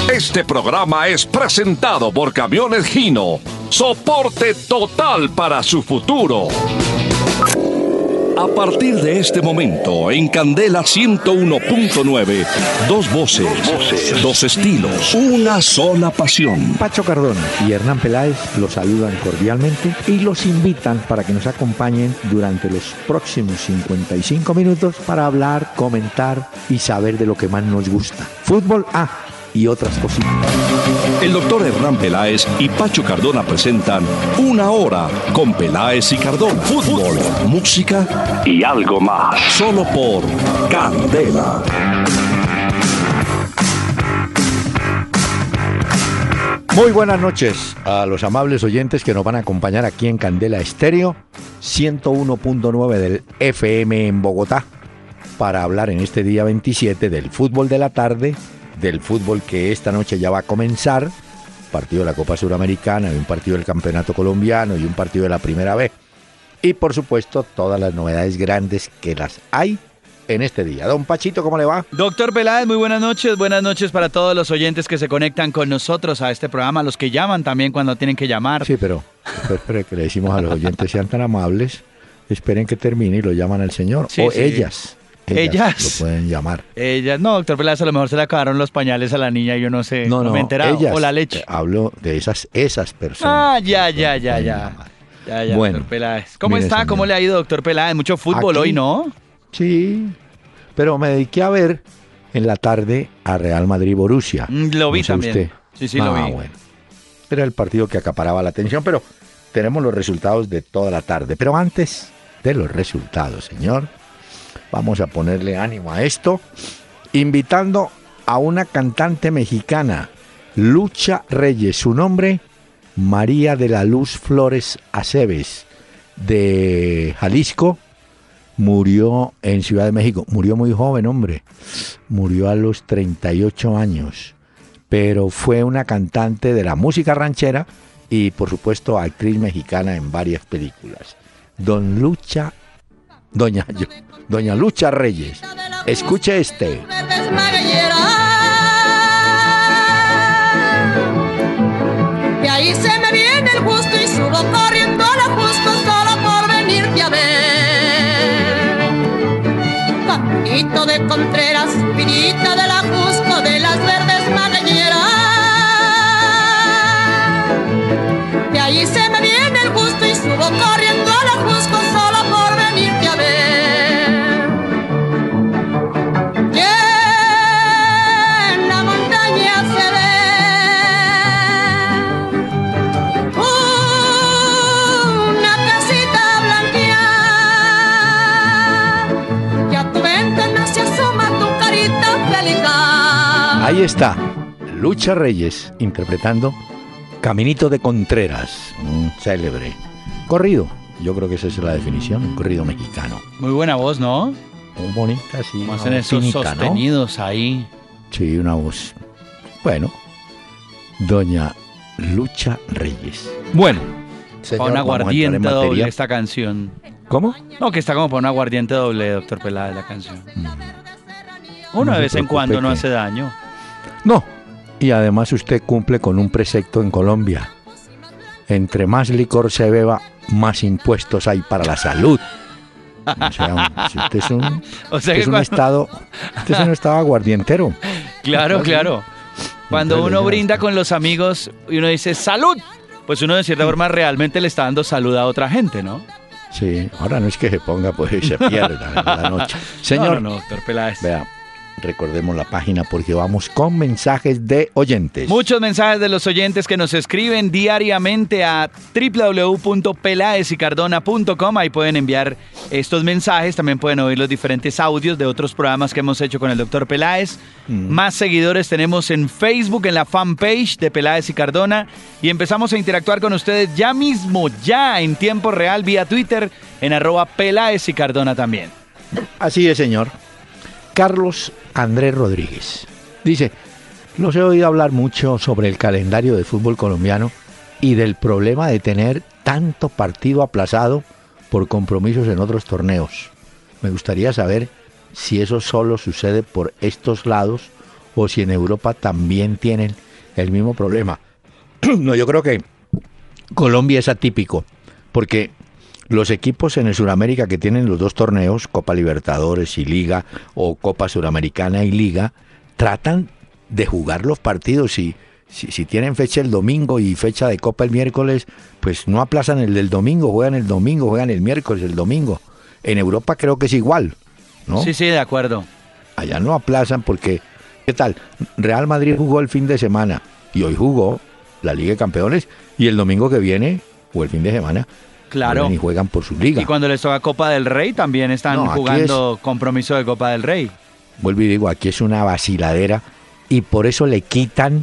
Este programa es presentado por Camiones Gino. Soporte total para su futuro. A partir de este momento, en Candela 101.9, dos voces, dos estilos, una sola pasión. Pacho Cardona y Hernán Peláez los saludan cordialmente y los invitan para que nos acompañen durante los próximos 55 minutos para hablar, comentar y saber de lo que más nos gusta. Fútbol, y otras cositas. El doctor Hernán Peláez y Pacho Cardona presentan Una Hora con Peláez y Cardona. Fútbol, música y algo más. Solo por Candela. Muy buenas noches a los amables oyentes que nos van a acompañar aquí en Candela Estéreo 101.9 del FM en Bogotá para hablar en este día 27 del fútbol de la tarde, del fútbol que esta noche ya va a comenzar, partido de la Copa Suramericana, y un partido del Campeonato Colombiano y un partido de la Primera B. Y por supuesto todas las novedades grandes que las hay en este día. Don Pachito, ¿cómo le va? Doctor Peláez, muy buenas noches para todos los oyentes que se conectan con nosotros a este programa, los que llaman también cuando tienen que llamar. Sí, pero espere que le decimos a los oyentes, sean tan amables, esperen que termine y lo llaman al señor, sí, o sí. Ellas lo pueden llamar. Ellas, no, doctor Peláez, a lo mejor se le acabaron los pañales a la niña y yo no sé, no me he enterado, ellas, o la leche. Hablo de esas personas. Ya, Bueno, doctor Peláez. ¿Cómo mire, está? señor. ¿Cómo le ha ido, doctor Peláez? Mucho fútbol Aquí, hoy, ¿no? Sí, pero me dediqué a ver en la tarde a Real Madrid-Borussia. Lo vi No sé también. usted. Sí, lo vi. Bueno. Era el partido que acaparaba la atención, pero tenemos los resultados de toda la tarde. Pero antes de los resultados, señor, vamos a ponerle ánimo a esto, invitando a una cantante mexicana, Lucha Reyes. Su nombre, María de la Luz Flores Aceves, de Jalisco. Murió en Ciudad de México. Murió muy joven, hombre. Murió a los 38 años. Pero fue una cantante de la música ranchera y, por supuesto, actriz mexicana en varias películas. Doña Lucha Reyes. Escuche este. De ahí se me viene el gusto y subo corriendo a la Jusco solo por venirte a ver. Caminito de Contreras, Pinita de la Jusco, de las verdes magalleras. De ahí se me viene el gusto y subo corriendo a la Jusco solo por venirte a ver. Y en la montaña se ve una casita blanqueada y a tu ventana se asoma tu carita feliz. Ahí está, Lucha Reyes interpretando Caminito de Contreras, un célebre corrido. Yo creo que esa es la definición, un corrido mexicano. Muy buena voz, ¿no? Muy bonita, sí. Más una en voz esos finita, sostenidos, ¿no? Ahí. Sí, una voz. Bueno, doña Lucha Reyes. Bueno, señor, Para un vamos a entrar en aguardiente doble materia. esta canción. ¿Cómo? No, que está como para un aguardiente doble, doctor Peláez, la canción. Uno No de se vez en cuando preocupe no que- hace daño. No, y además usted cumple con un precepto en Colombia. Entre más licor se beba, más impuestos hay para la salud. O sea, si usted es un, O sea usted que es un cuando- estado, usted es un estado aguardientero. Claro. Cuando Entonces, uno ya brinda está. con los amigos y uno dice ¡salud! Pues uno de cierta forma realmente le está dando salud a otra gente, ¿no? Sí, ahora no es que se ponga, pues se pierda en la noche. Señor, No, doctor Peláez. vea, recordemos la página porque vamos con mensajes de oyentes. Muchos mensajes de los oyentes que nos escriben diariamente a www.pelaezycardona.com. Ahí pueden enviar estos mensajes. También pueden oír los diferentes audios de otros programas que hemos hecho con el doctor Peláez. Más seguidores tenemos en Facebook, en la fanpage de Peláez y Cardona. Y empezamos a interactuar con ustedes ya mismo, ya en tiempo real, vía Twitter, en @Peláez y Cardona también. Así es, señor. Carlos Andrés Rodríguez dice: los he oído hablar mucho sobre el calendario de fútbol colombiano y del problema de tener tanto partido aplazado por compromisos en otros torneos. Me gustaría saber si eso solo sucede por estos lados o si en Europa también tienen el mismo problema. No, yo creo que Colombia es atípico, porque los equipos en el Sudamérica que tienen los dos torneos, Copa Libertadores y Liga, o Copa Suramericana y Liga, tratan de jugar los partidos. Y si tienen fecha el domingo y fecha de Copa el miércoles, pues no aplazan el del domingo, juegan el miércoles, el domingo. En Europa creo que es igual, ¿no? Sí, de acuerdo. Allá no aplazan porque, ¿qué tal? Real Madrid jugó el fin de semana y hoy jugó la Liga de Campeones, y el domingo que viene, o el fin de semana, claro, y juegan por su liga. Y cuando les toca Copa del Rey también están jugando compromiso de Copa del Rey. Vuelvo y digo, aquí es una vaciladera, y por eso le quitan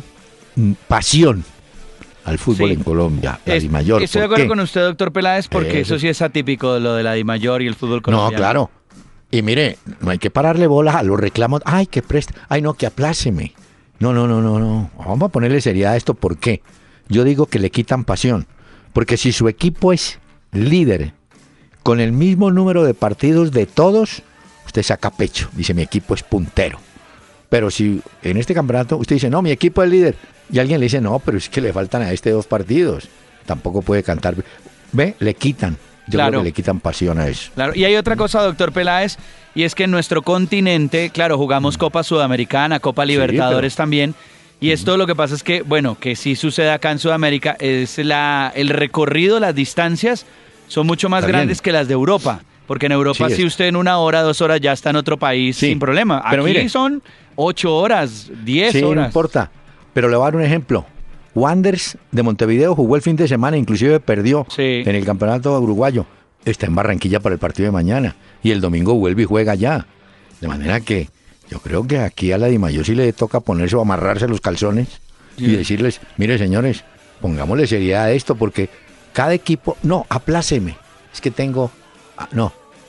pasión al fútbol en Colombia, la Dimayor. Estoy de acuerdo con usted, doctor Peláez, porque eso sí es atípico, lo de la Dimayor y el fútbol colombiano. No, claro. Y mire, no hay que pararle bolas a los reclamos. Ay, que preste. Ay, no, que apláceme. No. Vamos a ponerle seriedad a esto. ¿Por qué? Yo digo que le quitan pasión. Porque si su equipo es líder con el mismo número de partidos de todos, usted saca pecho. Dice, mi equipo es puntero. Pero si en este campeonato usted dice, no, mi equipo es líder, y alguien le dice, no, pero es que le faltan a este 2 partidos, tampoco puede cantar. ¿Ve? Le quitan. Yo creo que le quitan pasión a eso. Claro, y hay otra cosa, doctor Peláez, y es que en nuestro continente, claro, jugamos Copa Sudamericana, Copa Libertadores también, y esto lo que pasa es que, bueno, que sí sucede acá en Sudamérica, es el recorrido, las distancias son mucho más grandes que las de Europa, porque en Europa sí usted en 1 hora, 2 horas ya está en otro país sin problema. Aquí pero mire, son 8 horas, 10 horas. No importa, pero le voy a dar un ejemplo. Wanderers de Montevideo jugó el fin de semana, inclusive perdió en el campeonato uruguayo. Está en Barranquilla para el partido de mañana, y el domingo vuelve y juega ya. De manera que yo creo que aquí a la Dimayor sí le toca ponerse o amarrarse los calzones y decirles, mire señores, pongámosle seriedad a esto, porque cada equipo, no, apláceme, es que tengo, no,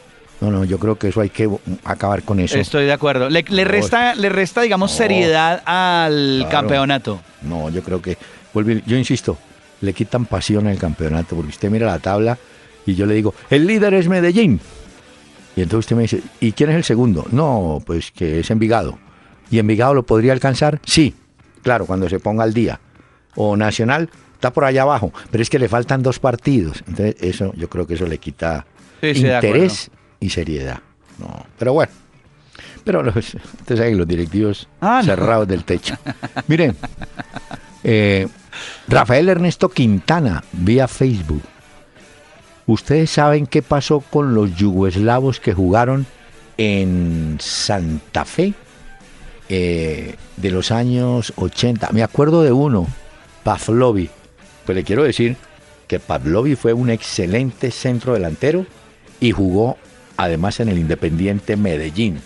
yo creo que eso hay que acabar con eso. Estoy de acuerdo. Le resta, digamos, seriedad al campeonato. No, yo creo que, yo insisto, le quitan pasión al campeonato, porque usted mira la tabla y yo le digo, el líder es Medellín. Y entonces usted me dice, ¿y quién es el segundo? No, pues que es Envigado. ¿Y Envigado lo podría alcanzar? Sí, claro, cuando se ponga al día. O Nacional está por allá abajo, pero es que le faltan 2 partidos. Entonces eso, yo creo que eso le quita interés y seriedad. No, pero bueno. Pero ustedes saben, los directivos cerrados del techo. Miren, Rafael Ernesto Quintana, vía Facebook. ¿Ustedes saben qué pasó con los yugoslavos que jugaron en Santa Fe de los años 80? Me acuerdo de uno, Pavlović. Pues le quiero decir que Pavlović fue un excelente centro delantero y jugó además en el Independiente Medellín.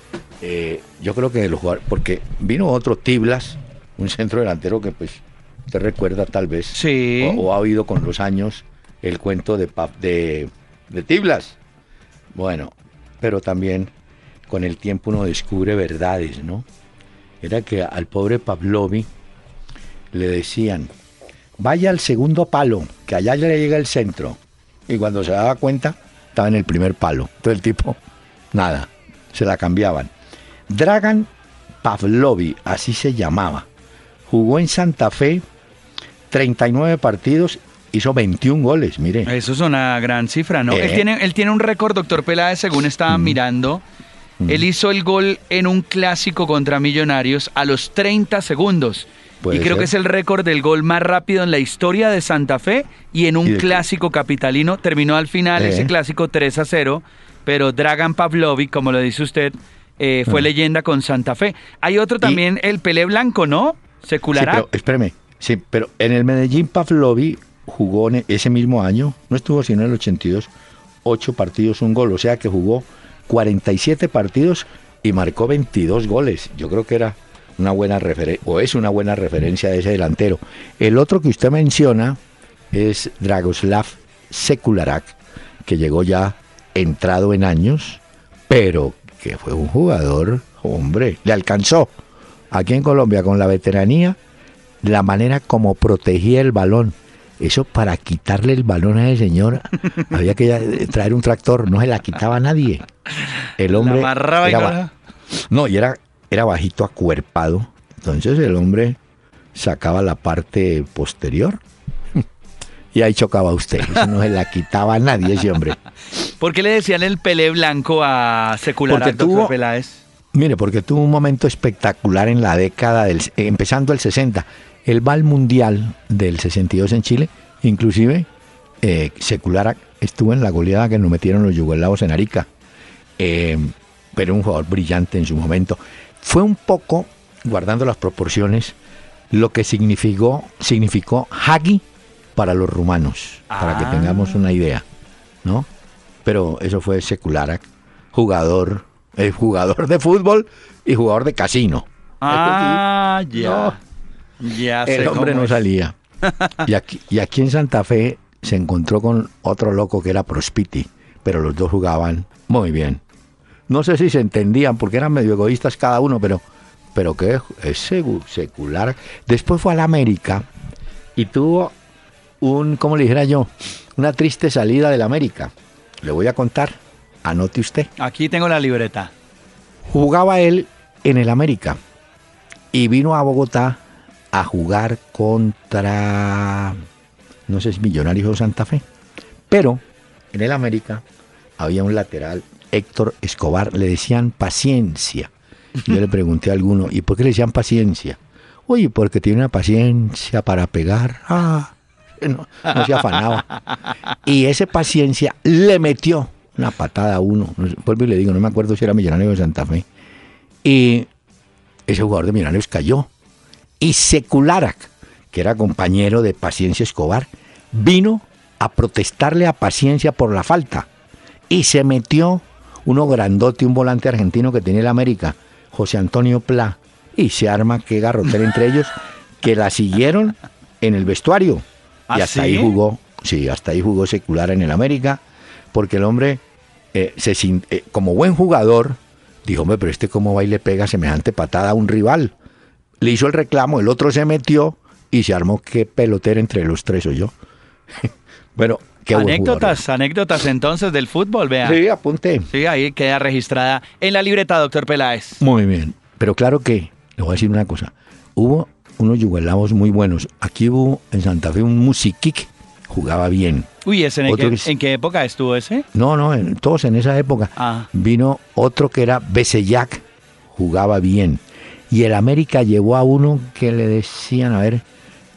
Yo creo que los jugadores, porque vino otro Tiblas, un centro delantero que pues usted recuerda tal vez, o ha oído con los años el cuento de Tiblas. Bueno, pero también con el tiempo uno descubre verdades, ¿no? Era que al pobre Pavlović le decían, vaya al segundo palo, que allá ya le llega el centro. Y cuando se daba cuenta, estaba en el primer palo. Entonces el tipo, nada, se la cambiaban. Dragan Pavlović, así se llamaba. Jugó en Santa Fe 39 partidos, hizo 21 goles, mire. Eso es una gran cifra, ¿no? Él tiene un récord, doctor Peláez, según estaba mirando. Él hizo el gol en un clásico contra Millonarios a los 30 segundos. Y creo que es el récord del gol más rápido en la historia de Santa Fe y en un clásico capitalino. Terminó al final ese clásico 3-0, pero Dragan Pavlović, como lo dice usted, fue leyenda con Santa Fe. Hay otro también, el Pelé Blanco, ¿no? Seculará. Sí, pero espéreme. Sí, pero en el Medellín Pavlović jugó ese mismo año, no estuvo sino en el 82, 8 partidos, 1 gol, o sea que jugó 47 partidos y marcó 22 goles. Yo creo que era una buena referencia, o es una buena referencia de ese delantero. El otro que usted menciona es Dragoslav Sekularac, que llegó ya entrado en años, pero que fue un jugador, hombre, le alcanzó aquí en Colombia con la veteranía, la manera como protegía el balón. Eso para quitarle el balón a ese señor, había que traer un tractor, no se la quitaba a nadie. El hombre la amarraba y era bajito, acuerpado, Entonces el hombre sacaba la parte posterior y ahí chocaba usted. Eso no se la quitaba a nadie ese hombre. ¿Por qué le decían el Pelé blanco a secular Porque al doctor Peláez? Mire, porque tuvo un momento espectacular en la década empezando el 60. Él va al Mundial del 62 en Chile, inclusive Secular estuvo en la goleada que nos metieron los yugoslavos en Arica, pero un jugador brillante en su momento. Fue un poco, guardando las proporciones, lo que significó Hagi para los rumanos, para que tengamos una idea, ¿no? Pero eso fue Secular, jugador de fútbol y jugador de casino. Ya. No, Ya sé el hombre cómo no es. salía. Y aquí en Santa Fe se encontró con otro loco que era Prospiti, pero los dos jugaban muy bien. No sé si se entendían porque eran medio egoístas cada uno, pero que es Secular. Después fue al América y tuvo ¿cómo le dijera yo? Una triste salida del América. Le voy a contar, anote usted. Aquí tengo la libreta. Jugaba él en el América y vino a Bogotá a jugar contra, no sé si Millonarios o Santa Fe, pero en el América había un lateral, Héctor Escobar, le decían Paciencia. Yo le pregunté a alguno, ¿y por qué le decían Paciencia? Oye, porque tiene una paciencia para pegar. No se afanaba. Y ese Paciencia le metió una patada a uno. Vuelvo y le digo, no me acuerdo si era Millonarios de Santa Fe. Y ese jugador de Millonarios cayó. Y Secular, que era compañero de Paciencia Escobar, vino a protestarle a Paciencia por la falta. Y se metió uno grandote, un volante argentino que tenía el América, José Antonio Plá. Y se arma que garrotera entre ellos, que la siguieron en el vestuario. Y hasta ahí jugó, hasta ahí jugó Secular en el América, porque el hombre, como buen jugador, dijo, hombre, pero cómo va y le pega semejante patada a un rival. Le hizo el reclamo, el otro se metió y se armó que pelotera entre los tres, oyó. Bueno, qué buen jugador. Anécdotas entonces del fútbol, vea. Sí, apunté. Sí, ahí queda registrada en la libreta, doctor Peláez. Muy bien, pero claro que, le voy a decir una cosa, hubo unos yugoslavos muy buenos. Aquí hubo en Santa Fe un Musikic, jugaba bien. Uy, ¿en qué época estuvo ese? No, todos en esa época. Vino otro que era Besellac, jugaba bien. Y el América llevó a uno que le decían, a ver,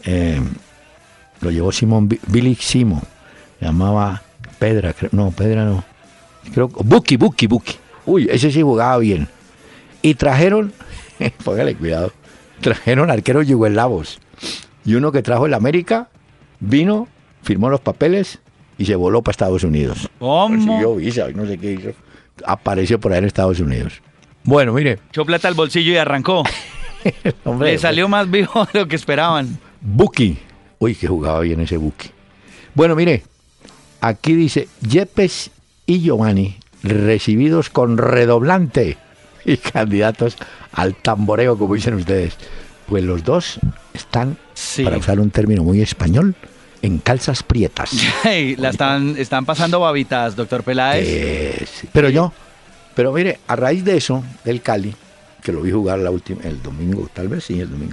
lo llevó Billy Simon, llamaba Pedra no, creo, Buki. Uy, ese sí jugaba bien. Y trajeron, póngale cuidado, trajeron arqueros yugoslavos. Y uno que trajo el América vino, firmó los papeles y se voló para Estados Unidos. ¿Cómo? Consiguió visa, no sé qué hizo. Apareció por ahí en Estados Unidos. Bueno, mire. Echó plata al bolsillo y arrancó. Hombre, le salió más vivo de lo que esperaban. Buki. Uy, que jugaba bien ese Buki. Bueno, mire. Aquí dice, Yepes y Giovanni recibidos con redoblante y candidatos al tamboreo, como dicen ustedes. Pues los dos están, para usar un término muy español, en calzas prietas. Están pasando babitas, doctor Peláez. Sí. Pero mire, a raíz de eso, del Cali, que lo vi jugar el domingo, tal vez sí, el domingo,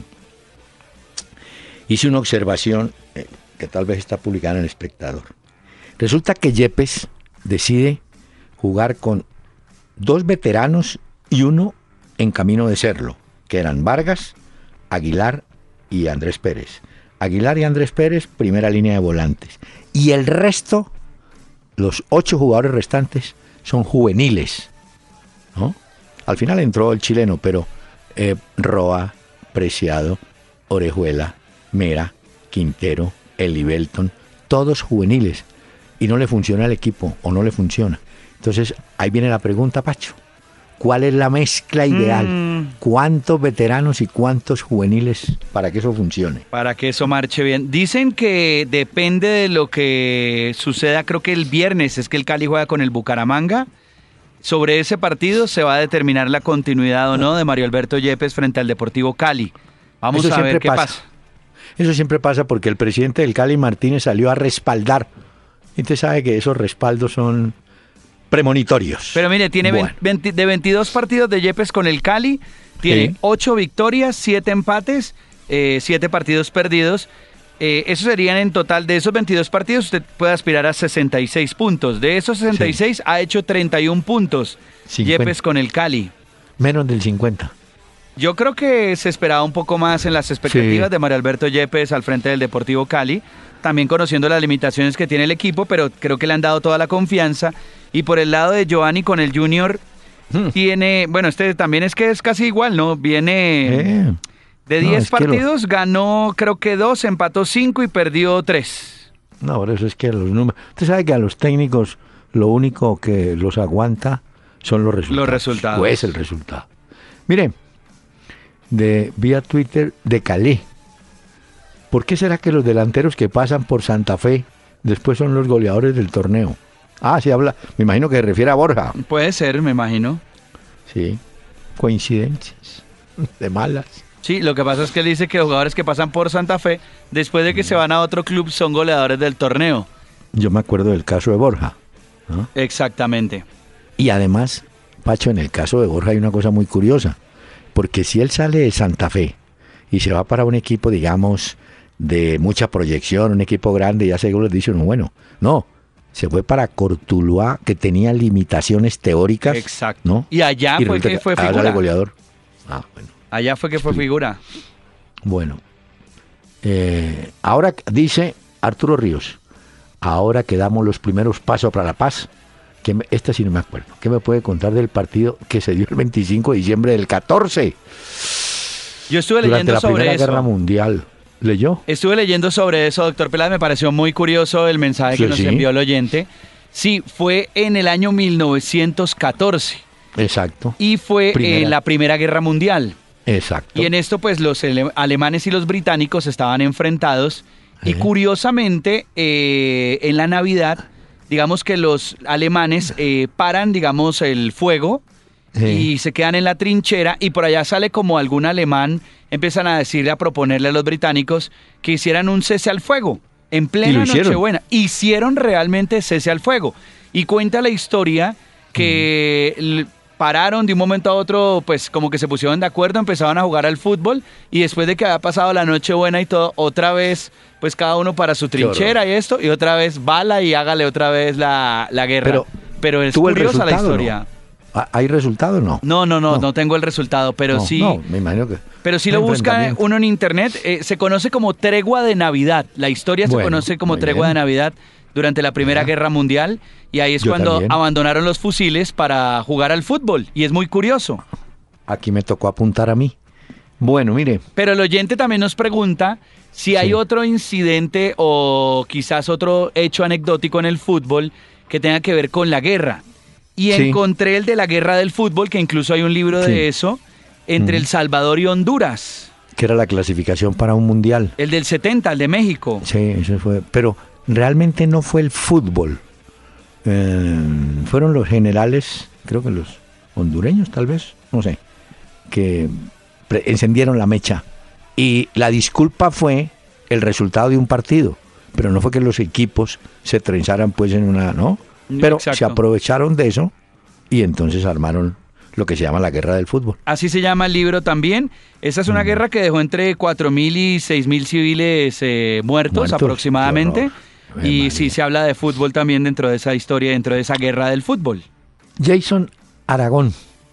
hice una observación que tal vez está publicada en El Espectador. Resulta que Yepes decide jugar con 2 veteranos y uno en camino de serlo, que eran Vargas, Aguilar y Andrés Pérez. Aguilar y Andrés Pérez, primera línea de volantes. Y el resto, los 8 jugadores restantes, son juveniles, ¿no? Al final entró el chileno, pero Roa, Preciado, Orejuela, Mera, Quintero, Eli Belton, todos juveniles. Y no le funciona el equipo, o no le funciona. Entonces, ahí viene la pregunta, Pacho. ¿Cuál es la mezcla ideal? ¿Cuántos veteranos y cuántos juveniles para que eso funcione? Para que eso marche bien. Dicen que depende de lo que suceda, creo que el viernes es que el Cali juega con el Bucaramanga. Sobre ese partido se va a determinar la continuidad o no de Mario Alberto Yepes frente al Deportivo Cali. Vamos a ver qué pasa. Eso siempre pasa porque el presidente del Cali, Martínez, salió a respaldar. Y usted sabe que esos respaldos son premonitorios. Pero mire, tiene de 22 partidos de Yepes con el Cali, Tiene Sí. 8 victorias, 7 empates, 7 partidos perdidos. Eso serían en total, de esos 22 partidos, usted puede aspirar a 66 puntos. De esos 66 ha hecho 31 puntos. 50. Yepes con el Cali. Menos del 50. Yo creo que se esperaba un poco más en las expectativas Sí. de Mario Alberto Yepes al frente del Deportivo Cali, también conociendo las limitaciones que tiene el equipo, pero creo que le han dado toda la confianza. Y por el lado de Giovanni con el Junior, tiene, bueno, este también es que es casi igual, ¿no? Viene de No, 10 es que partidos, ganó creo que 2, empató 5 y perdió 3. No, por eso es que los números... Usted sabe que a los técnicos lo único que los aguanta son los resultados. Los resultados. O es el resultado. Mire, vía Twitter de Calais. ¿Por qué será que los delanteros que pasan por Santa Fe después son los goleadores del torneo? Ah, sí habla, me imagino que se refiere a Borja. Puede ser, me imagino. Sí, coincidencias de malas. Sí, lo que pasa es que él dice que los jugadores que pasan por Santa Fe, después de que se van a otro club, son goleadores del torneo. Yo me acuerdo del caso de Borja, ¿no? Exactamente. Y además, Pacho, en el caso de Borja hay una cosa muy curiosa, porque si él sale de Santa Fe y se va para un equipo, digamos, de mucha proyección, un equipo grande, ya seguro les dice uno, bueno, no, se fue para Cortuluá, que tenía limitaciones teóricas. Exacto. ¿no? Y allá fue resulta que fue allá figura. sale goleador. Ah, bueno. Allá fue que fue figura. Bueno, ahora dice Arturo Ríos, ahora que damos los primeros pasos para la paz, esta sí no me acuerdo, ¿qué me puede contar del partido que se dio el 25 de diciembre del 14? Yo estuve Durante leyendo la sobre Primera eso. Guerra Mundial. ¿Leyó? Estuve leyendo sobre eso, doctor Peláez, me pareció muy curioso el mensaje que Sí, nos sí. envió el oyente. Sí, fue en el año 1914 Exacto, y fue Primera. en la Primera Guerra Mundial. exacto. Y en esto, pues, los alemanes y los británicos estaban enfrentados. Y curiosamente, en la Navidad, digamos que los alemanes paran, digamos, el fuego y se quedan en la trinchera. Y por allá sale como algún alemán, empiezan a decirle, a proponerle a los británicos que hicieran un cese al fuego en Y plena lo hicieron. Nochebuena. Hicieron realmente cese al fuego. Y cuenta la historia que pararon de un momento a otro, pues como que se pusieron de acuerdo, empezaban a jugar al fútbol y después de que había pasado la Nochebuena y todo, otra vez, pues cada uno para su trinchera y esto, y otra vez bala y hágale otra vez la guerra. Pero es ¿tuvo el curiosa la resultado, historia. no? ¿Hay resultado o no? No tengo el resultado, pero No, sí. no, me imagino que... Pero si un lo busca enfrentamiento. uno en internet, se conoce como tregua de Navidad. La historia se Bueno, conoce como muy tregua bien. de Navidad durante la Primera Guerra Mundial. Y ahí es Yo cuando también. abandonaron los fusiles para jugar al fútbol. Y es muy curioso. Aquí me tocó apuntar a mí. Bueno, mire, Pero el oyente también nos pregunta si hay Sí. otro incidente o quizás otro hecho anecdótico en el fútbol que tenga que ver con la guerra. Y Sí. encontré el de la guerra del fútbol, que incluso hay un libro Sí. de eso, entre El Salvador y Honduras. que era la clasificación para un mundial. El del 70, el de México. Sí, eso fue. Pero realmente no fue el fútbol. Fueron los generales, creo que los hondureños tal vez, no sé, que encendieron la mecha. Y la disculpa fue el resultado de un partido. Pero no fue que los equipos se trenzaran pues en una, ¿no? Pero Exacto. se aprovecharon de eso y entonces armaron lo que se llama la guerra del fútbol. Así se llama el libro también. Esa es una guerra que dejó entre 4.000 y 6.000 civiles muertos Muertos, aproximadamente. qué horror. Y María. sí se habla de fútbol también dentro de esa historia, dentro de esa guerra del fútbol. Jason Aragón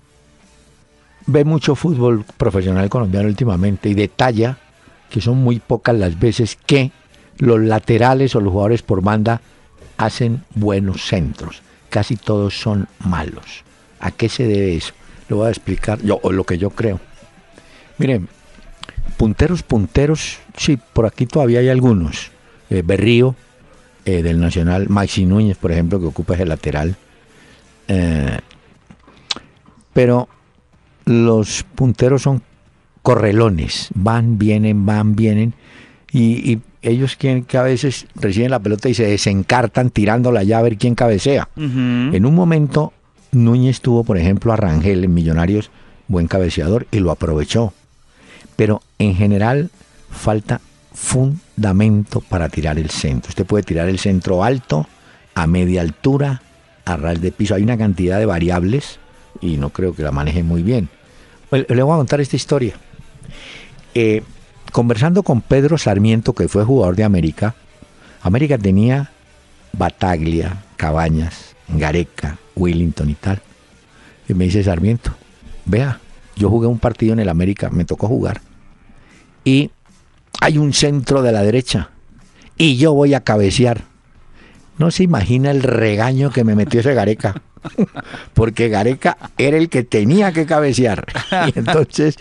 ve mucho fútbol profesional colombiano últimamente y detalla que son muy pocas las veces que los laterales o los jugadores por banda hacen buenos centros. Casi todos son malos. ¿A qué se debe eso? Lo voy a explicar yo, o lo que yo creo. Miren, punteros, sí, por aquí todavía hay algunos. Berrío, del Nacional, Maxi Núñez, por ejemplo, que ocupa ese lateral. Pero los punteros son correlones, van, vienen, y ellos quieren que a veces reciben la pelota y se desencartan tirándola allá a ver quién cabecea. En un momento, Núñez tuvo, por ejemplo, a Rangel en Millonarios, buen cabeceador, y lo aprovechó. Pero en general falta fundamento para tirar el centro. Usted puede tirar el centro alto, a media altura, a ras de piso. Hay una cantidad de variables y no creo que la manejen muy bien. Le voy a contar esta historia. Conversando con Pedro Sarmiento, que fue jugador de América, América tenía Bataglia, Cabañas, Gareca, Willington y tal. Y me dice Sarmiento, vea, yo jugué un partido en el América, me tocó jugar. Y hay un centro de la derecha y yo voy a cabecear. No se imagina el regaño que me metió ese Gareca. Porque Gareca era el que tenía que cabecear. Y entonces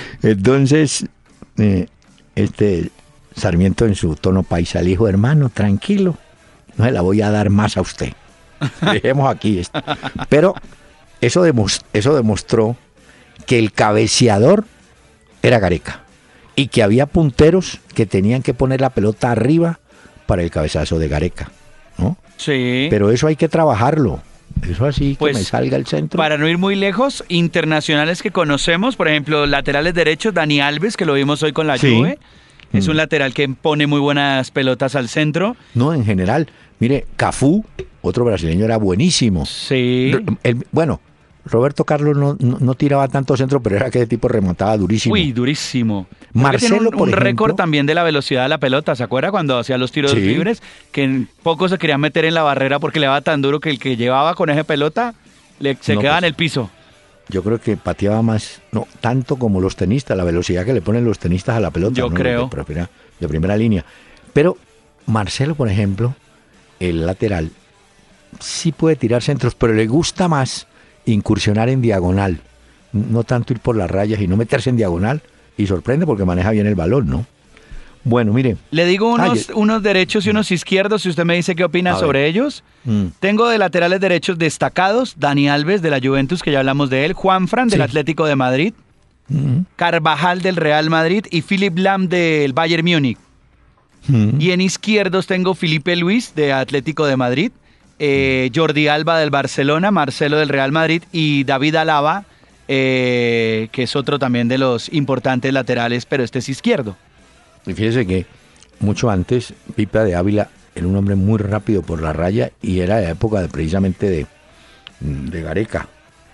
Sarmiento en su tono paisa le dijo, hermano, tranquilo, no se la voy a dar más a usted. Dejemos aquí esto. Pero eso demostró que el cabeceador era Gareca y que había punteros que tenían que poner la pelota arriba para el cabezazo de Gareca, ¿no? Sí. Pero eso hay que trabajarlo. Eso así, pues, que me salga el centro. Para no ir muy lejos, internacionales que conocemos, por ejemplo, laterales derechos, Dani Alves, que lo vimos hoy con la Juve. Es un lateral que pone muy buenas pelotas al centro. No, en general. Mire, Cafú, otro brasileño, era buenísimo. Sí. Bueno, Roberto Carlos no tiraba tanto centro, pero era que ese tipo remontaba durísimo. Uy, durísimo. Marcelo, tiene por un ejemplo, récord también de la velocidad de la pelota, ¿se acuerda? Cuando hacía los tiros libres, que pocos se querían meter en la barrera porque le daba tan duro que el que llevaba con esa pelota se quedaba en el piso. Yo creo que pateaba más, no tanto como los tenistas, la velocidad que le ponen los tenistas a la pelota. Yo creo. De primera línea. Pero Marcelo, por ejemplo, el lateral, sí puede tirar centros, pero le gusta más incursionar en diagonal. No tanto ir por las rayas y no meterse en diagonal. Y sorprende porque maneja bien el balón, ¿no? Bueno, mire. Le digo unos derechos y unos izquierdos, si usted me dice qué opina sobre ellos. Tengo de laterales derechos destacados, Dani Alves de la Juventus, que ya hablamos de él, Juanfran del Atlético de Madrid, Carvajal del Real Madrid y Philipp Lahm del Bayern Múnich. Y en izquierdos tengo Felipe Luis de Atlético de Madrid, Jordi Alba del Barcelona, Marcelo del Real Madrid y David Alaba, que es otro también de los importantes laterales, pero este es izquierdo. Y fíjese que mucho antes Pipa de Ávila era un hombre muy rápido por la raya y era de época precisamente de Gareca.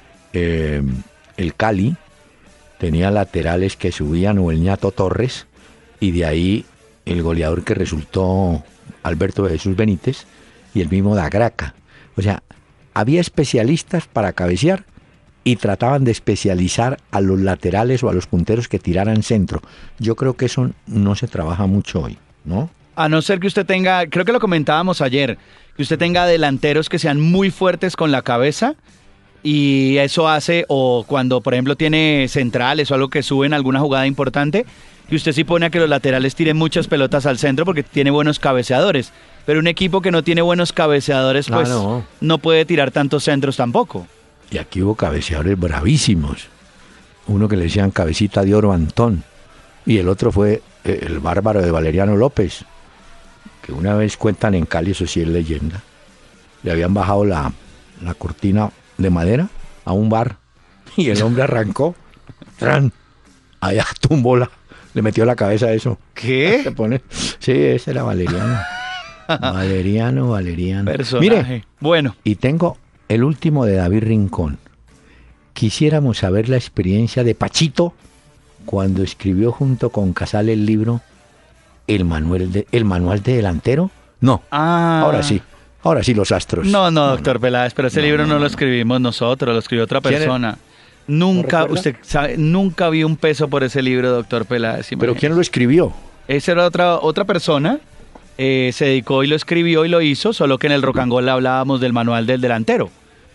El Cali tenía laterales que subían o el Ñato Torres y de ahí el goleador que resultó Alberto Jesús Benítez y el mismo Dagraca. O sea, había especialistas para cabecear y trataban de especializar a los laterales o a los punteros que tiraran centro. Yo creo que eso no se trabaja mucho hoy, ¿no? A no ser que usted tenga, creo que lo comentábamos ayer, que usted tenga delanteros que sean muy fuertes con la cabeza y eso hace, o cuando por ejemplo tiene centrales o algo que suben alguna jugada importante, que usted sí pone a que los laterales tiren muchas pelotas al centro porque tiene buenos cabeceadores. Pero un equipo que no tiene buenos cabeceadores, pues no puede tirar tantos centros tampoco. Y aquí hubo cabeceadores bravísimos. Uno que le decían Cabecita de Oro Antón. Y el otro fue el bárbaro de Valeriano López. Que una vez cuentan en Cali, eso sí es leyenda. Le habían bajado la cortina de madera a un bar. Y el hombre arrancó. ¡Tran! Allá tumbó le metió la cabeza a eso. ¿Qué? Se pone, sí, ese era Valeriano. Valeriano. Personaje. Mire, bueno. Y tengo el último de David Rincón. Quisiéramos saber la experiencia de Pachito cuando escribió junto con Casal el libro El Manual de Delantero. No, ahora sí, los astros. No, doctor Peláez, pero ese libro no lo escribimos nosotros, lo escribió otra persona. Nunca, usted sabe, nunca vi un peso por ese libro, doctor Peláez. ¿Pero quién lo escribió? Esa era otra persona. Se dedicó y lo escribió y lo hizo, solo que en el Rock and Roll hablábamos del manual del delantero.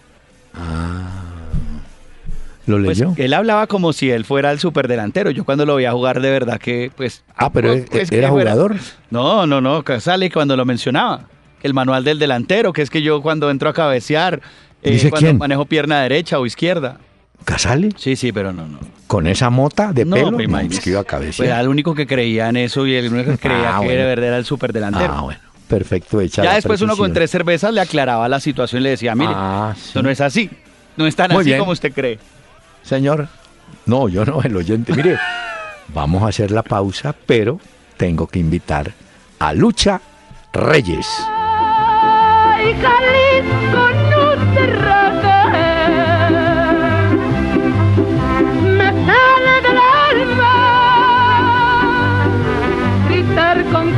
¿Lo leyó? Pues él hablaba como si él fuera el superdelantero. Yo cuando lo veía jugar de verdad que, pues... pero ¿era jugador? No, Casale cuando lo mencionaba. El manual del delantero, que es que yo cuando entro a cabecear, cuando quién? manejo pierna derecha o izquierda. ¿Casale? Sí, pero no. ¿Con esa mota de pelo? No, Es que iba a cabecear. Pues era el único que creía en eso y el único que creía que de verdad era el superdelantero. Bueno. Perfecto, ya después uno con 3 cervezas le aclaraba la situación y le decía, mire, esto no es así, no es tan Muy así bien. como usted cree. Señor, no, yo no, el oyente. Mire, vamos a hacer la pausa, pero tengo que invitar a Lucha Reyes. Ay, Jalisco, no te rajes, me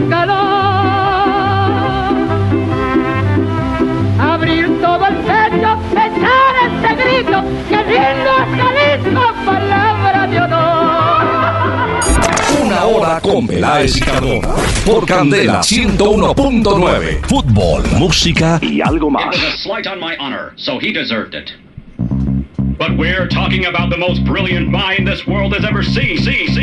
calor. Abrir todo el pecho, echar este grito, que lindo es Jalisco, palabra de honor. Una hora con Peláez y Cardona. Por Candela 101.9. Fútbol, música y algo más. It was a slight on my honor, so he deserved it. But we're talking about the most brilliant mind this world has ever seen.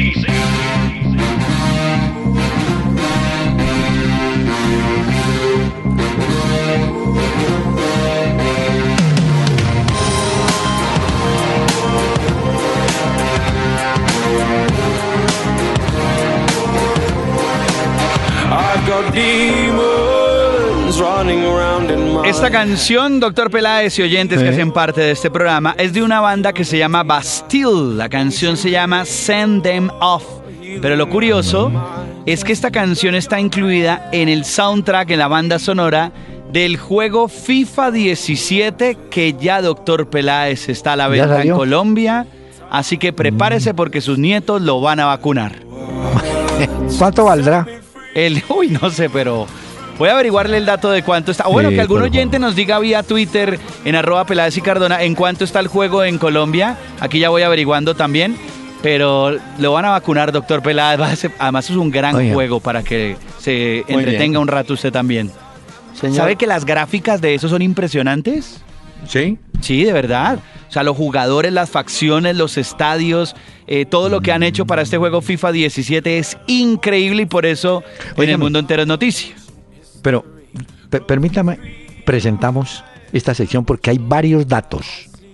Esta canción, doctor Peláez y oyentes que hacen parte de este programa, es de una banda que se llama Bastille. La canción se llama Send Them Off. Pero lo curioso es que esta canción está incluida en el soundtrack, en la banda sonora del juego FIFA 17, que ya doctor Peláez está a la venta en Colombia. Así que prepárese porque sus nietos lo van a vacunar. ¿Cuánto valdrá? Uy, no sé, pero voy a averiguarle el dato de cuánto está. Bueno, que algún oyente nos diga vía Twitter en @Peláez y Cardona en cuánto está el juego en Colombia. Aquí ya voy averiguando también, pero lo van a vacunar, doctor Peláez. Además es un gran juego para que se entretenga un rato usted también. Señor. ¿Sabe que las gráficas de eso son impresionantes? ¿Sí? Sí, de verdad. O sea, los jugadores, las facciones, los estadios, todo lo que han hecho para este juego FIFA 17 es increíble y por eso en el mundo entero es noticia. Pero permítame, presentamos esta sección porque hay varios datos.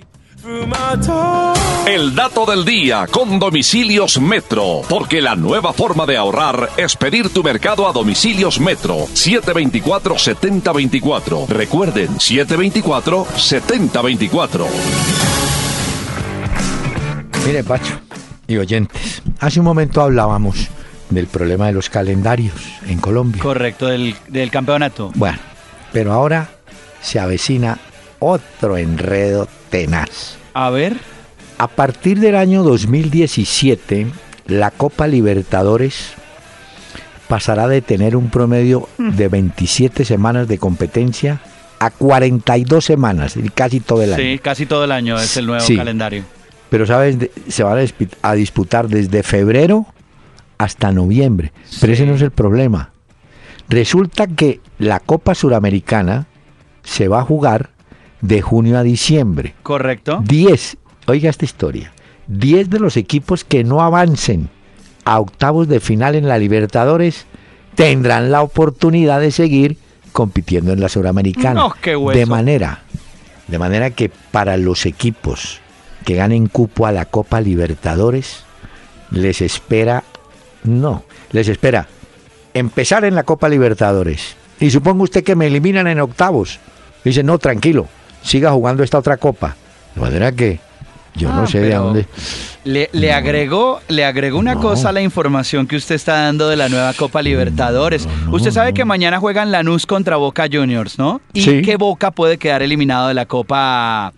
El dato del día con Domicilios Metro, porque la nueva forma de ahorrar es pedir tu mercado a Domicilios Metro, 724-7024. Recuerden, 724-7024. Mire, Pacho y oyentes, hace un momento hablábamos del problema de los calendarios en Colombia. Correcto, del campeonato. Bueno, pero ahora se avecina otro enredo tenaz. A ver. A partir del año 2017, la Copa Libertadores pasará de tener un promedio de 27 semanas de competencia a 42 semanas, casi todo el año. Sí, casi todo el año es el nuevo calendario. Pero, ¿sabes? Se van a disputar desde febrero hasta noviembre. Pero ese no es el problema. Resulta que la Copa Suramericana se va a jugar de junio a diciembre. Correcto. 10, oiga esta historia, 10 de los equipos que no avancen a octavos de final en la Libertadores tendrán la oportunidad de seguir compitiendo en la Suramericana. No, qué hueso. De manera que para los equipos que ganen cupo a la Copa Libertadores les espera empezar en la Copa Libertadores. Y suponga usted que me eliminan en octavos. Dice, no, tranquilo, siga jugando esta otra copa. De manera que yo no sé de dónde. Le agregó una cosa a la información que usted está dando de la nueva Copa Libertadores. Usted sabe que mañana juegan Lanús contra Boca Juniors, ¿no? Y que Boca puede quedar eliminado de la Copa...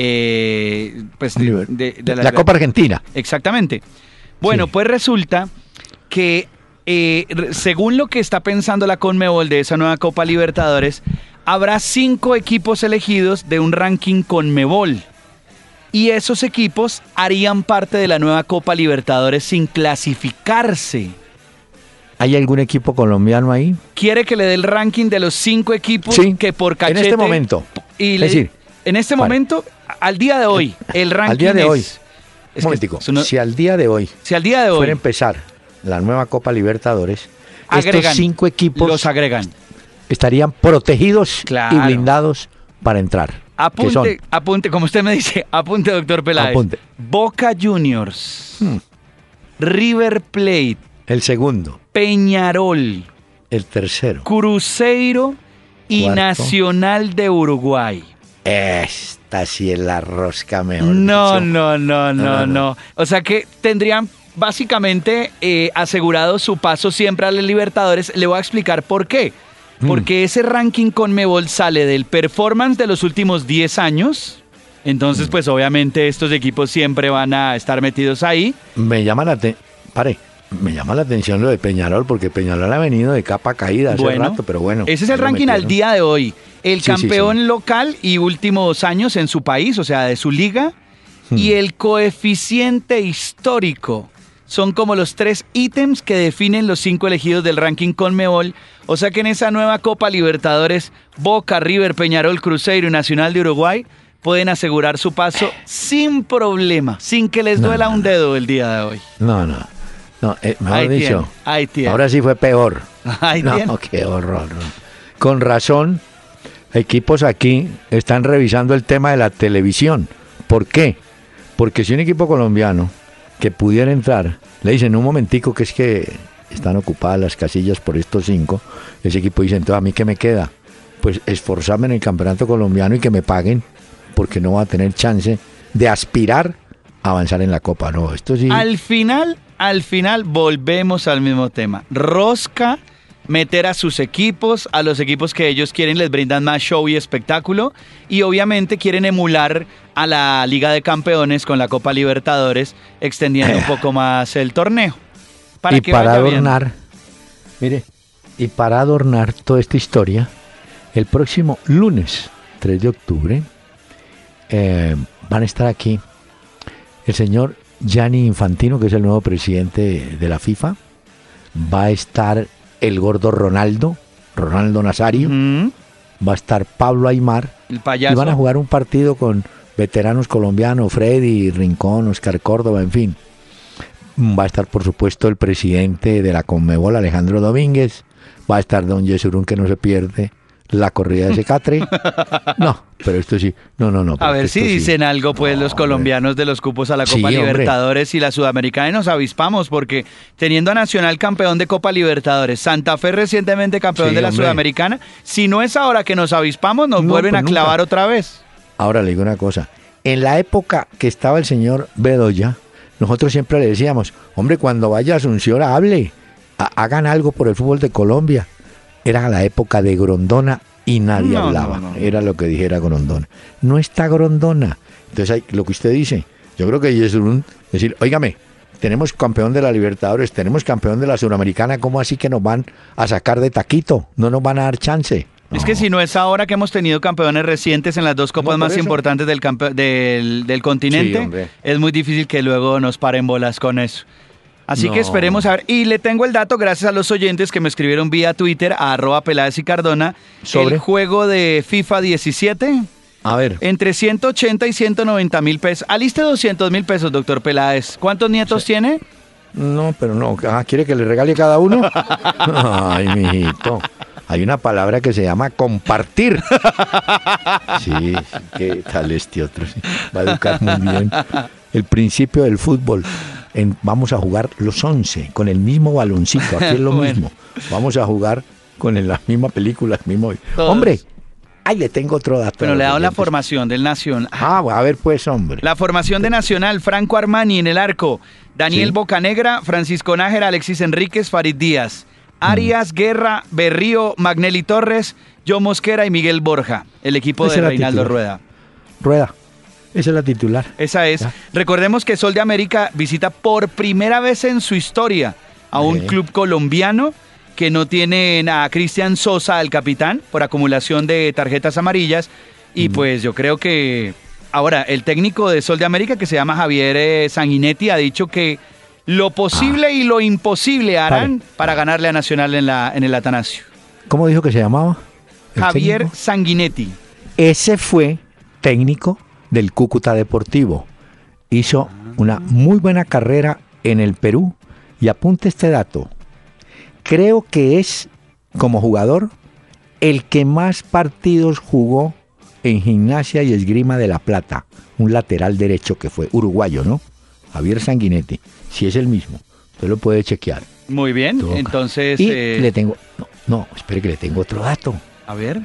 la Copa Argentina. Exactamente. Bueno, pues resulta que según lo que está pensando la Conmebol de esa nueva Copa Libertadores, habrá 5 equipos elegidos de un ranking Conmebol. Y esos equipos harían parte de la nueva Copa Libertadores sin clasificarse. ¿Hay algún equipo colombiano ahí? Quiere que le dé el ranking de los 5 equipos que por cachete... En este momento. En este momento, al día de hoy, el ranking al día de hoy. Un momentico. Si al día de hoy fuera a empezar la nueva Copa Libertadores, estos 5 equipos los agregan. Estarían protegidos y blindados para entrar. Apunte, como usted me dice, apunte, doctor Peláez. Apunte. Boca Juniors, River Plate, el segundo, Peñarol, el tercero, Cruzeiro y cuarto, Nacional de Uruguay. Esta sí es la rosca mejor. No. O sea que tendrían básicamente asegurado su paso siempre a las Libertadores. Le voy a explicar por qué. Porque ese ranking Conmebol sale del performance de los últimos 10 años. Entonces, pues obviamente estos equipos siempre van a estar metidos ahí. Me llama la atención. Me llama la atención lo de Peñarol, porque Peñarol ha venido de capa caída hace rato, pero bueno. Ese es el lo ranking al metieron. día de hoy. El Sí, campeón local y últimos años en su país, o sea, de su liga, y el coeficiente histórico. Son como los 3 ítems que definen los 5 elegidos del ranking Conmebol. O sea que en esa nueva Copa Libertadores, Boca, River, Peñarol, Cruzeiro y Nacional de Uruguay pueden asegurar su paso sin problema, sin que les duela un dedo el día de hoy. No, mejor Ahí dicho. tiene, ahí tiene. Ahora sí fue peor. Ahí No, tiene. qué horror. No. Con razón, equipos aquí están revisando el tema de la televisión. ¿Por qué? Porque si un equipo colombiano que pudiera entrar, le dicen un momentico que es que están ocupadas las casillas por estos 5, ese equipo dice, entonces ¿a mí qué me queda? Pues esforzarme en el campeonato colombiano y que me paguen, porque no va a tener chance de aspirar a avanzar en la Copa. No, esto sí... Al final volvemos al mismo tema. Rosca, meter a sus equipos, a los equipos que ellos quieren, les brindan más show y espectáculo, y obviamente quieren emular a la Liga de Campeones con la Copa Libertadores, extendiendo un poco más el torneo. Y que para vaya bien. adornar, mire, y para adornar toda esta historia, el próximo lunes 3 de octubre van a estar aquí el señor Gianni Infantino, que es el nuevo presidente de la FIFA. Va a estar el gordo Ronaldo Nazario. Ujú. Va a estar Pablo Aimar. El payaso. Y van a jugar un partido con veteranos colombianos, Freddy, Rincón, Oscar Córdoba, en fin. Va a estar, por supuesto, el presidente de la Conmebol, Alejandro Domínguez. Va a estar don Yesurún, que no se pierde la corrida de ese catre. No, pero esto sí. No. A ver si esto sí. dicen algo, pues, No, los colombianos de los cupos a la Sí, Copa hombre. Libertadores y la Sudamericana, y nos avispamos, porque teniendo a Nacional campeón de Copa Libertadores, Santa Fe recientemente campeón Sí, de la hombre. Sudamericana, si no es ahora que nos avispamos, nos No, vuelven pues a nunca. clavar otra vez. Ahora le digo una cosa. En la época que estaba el señor Bedoya, nosotros siempre le decíamos, hombre, cuando vaya a Asunción, hable, hagan algo por el fútbol de Colombia. Era la época de Grondona y nadie No, hablaba. no. Era lo que dijera Grondona. No está Grondona. Entonces, lo que usted dice, yo creo que es decir, óigame, tenemos campeón de la Libertadores, tenemos campeón de la Suramericana, ¿cómo así que nos van a sacar de taquito? No nos van a dar chance. Es que si no es ahora que hemos tenido campeones recientes en las 2 copas por más eso. importantes del continente, Sí, hombre. es muy difícil que luego nos paren bolas con eso. Así que No. esperemos a ver. Y le tengo el dato, gracias a los oyentes que me escribieron vía Twitter, a @Peláez y Cardona, ¿Sobre? el juego de FIFA 17, A ver, entre 180 y 190 mil pesos. Aliste 200 mil pesos, doctor Peláez. ¿Cuántos nietos tiene? no, pero no. ¿Quiere que le regale cada uno? Ay, mijito. Hay una palabra que se llama compartir. Sí, ¿qué tal este otro? Sí, va a educar muy bien. El principio del fútbol. Vamos a jugar los 11 con el mismo baloncito. Aquí es lo Bueno. mismo. Vamos a jugar con la misma película. El mismo... Todos. Hombre, ahí le tengo otro dato. Pero a le he los dado la oyentes. formación del Nacional. A ver pues, hombre. La formación de Nacional: Franco Armani en el arco, Daniel Sí. Bocanegra, Francisco Nájera, Alexis Enríquez, Farid Díaz, Arias, Guerra, Berrío, Magnelli Torres, John Mosquera y Miguel Borja, el equipo Esa de es la Reinaldo titular. Rueda. Rueda. Esa es la titular. Esa es. Ya. Recordemos que Sol de América visita por primera vez en su historia a un club colombiano que no tiene a Cristian Sosa, el capitán, por acumulación de tarjetas amarillas. Y pues yo creo que ahora el técnico de Sol de América, que se llama Javier Sanguinetti, ha dicho que lo posible y lo imposible harán para ganarle a Nacional en el Atanasio. ¿Cómo dijo que se llamaba? ¿El Javier técnico? Sanguinetti. Ese fue técnico del Cúcuta Deportivo. Hizo una muy buena carrera en el Perú. Y apunte este dato. Creo que es, como jugador, el que más partidos jugó en Gimnasia y Esgrima de La Plata. Un lateral derecho que fue uruguayo, ¿no? Javier Sanguinetti. Si es el mismo, usted lo puede chequear. Muy bien, Toca. entonces... Y le tengo... No, espere que le tengo otro dato. A ver.